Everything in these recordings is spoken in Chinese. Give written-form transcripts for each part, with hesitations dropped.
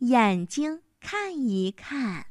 眼睛看一看。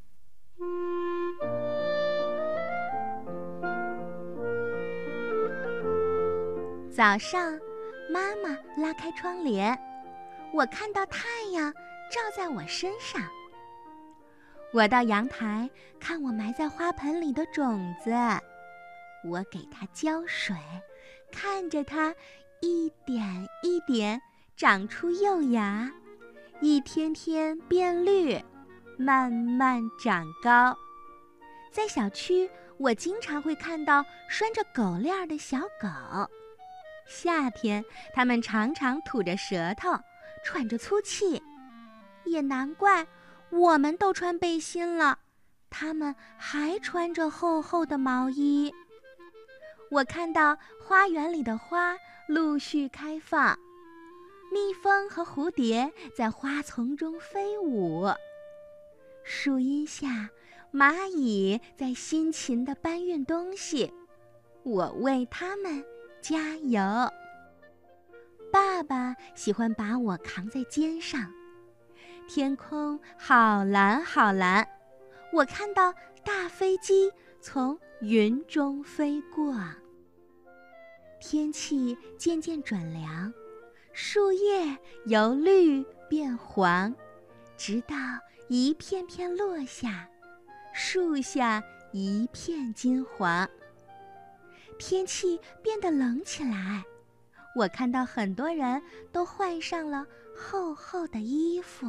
早上，妈妈拉开窗帘，我看到太阳照在我身上。我到阳台看我埋在花盆里的种子，我给它浇水，看着它一点一点长出幼芽，一天天变绿，慢慢长高。在小区，我经常会看到拴着狗链的小狗。夏天，它们常常吐着舌头，喘着粗气。也难怪，我们都穿背心了，它们还穿着厚厚的毛衣。我看到花园里的花陆续开放，蜜蜂和蝴蝶在花丛中飞舞，树荫下，蚂蚁在辛勤地搬运东西，我为它们加油。爸爸喜欢把我扛在肩上，天空好蓝好蓝，我看到大飞机从云中飞过。天气渐渐转凉，树叶由绿变黄，直到一片片落下，树下一片金黄。天气变得冷起来，我看到很多人都换上了厚厚的衣服。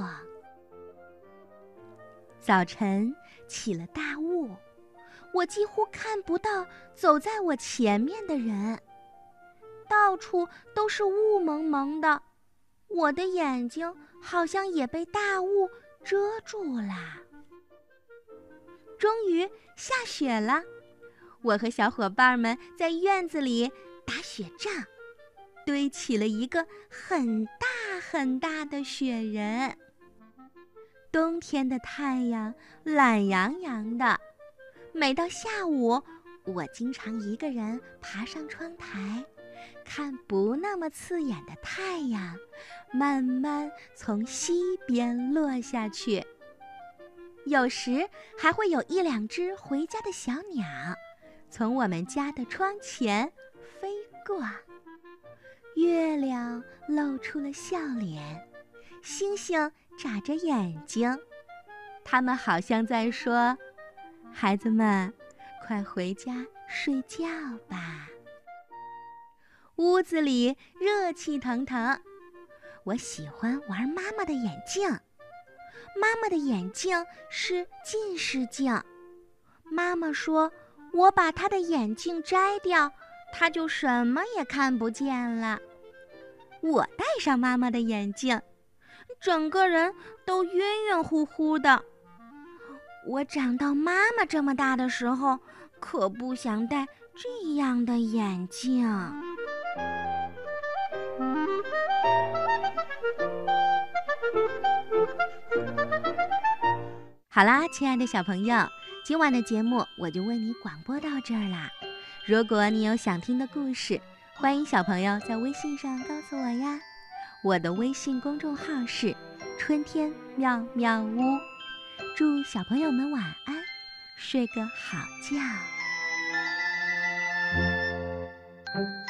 早晨起了大雾，我几乎看不到走在我前面的人，到处都是雾蒙蒙的，我的眼睛好像也被大雾遮住了。终于下雪了，我和小伙伴们在院子里打雪仗，堆起了一个很大很大的雪人。冬天的太阳懒洋洋的，每到下午，我经常一个人爬上窗台，看不那么刺眼的太阳慢慢从西边落下去。有时还会有一两只回家的小鸟从我们家的窗前飞过，月亮露出了笑脸，星星眨着眼睛，它们好像在说：孩子们，快回家睡觉吧。屋子里热气腾腾，我喜欢玩妈妈的眼镜。妈妈的眼镜是近视镜，妈妈说我把她的眼镜摘掉，她就什么也看不见了。我戴上妈妈的眼镜，整个人都晕晕乎乎的。我长到妈妈这么大的时候，可不想戴这样的眼镜。好啦，亲爱的小朋友，今晚的节目我就为你广播到这儿啦。如果你有想听的故事，欢迎小朋友在微信上告诉我呀。我的微信公众号是春天妙妙屋。祝小朋友们晚安，睡个好觉。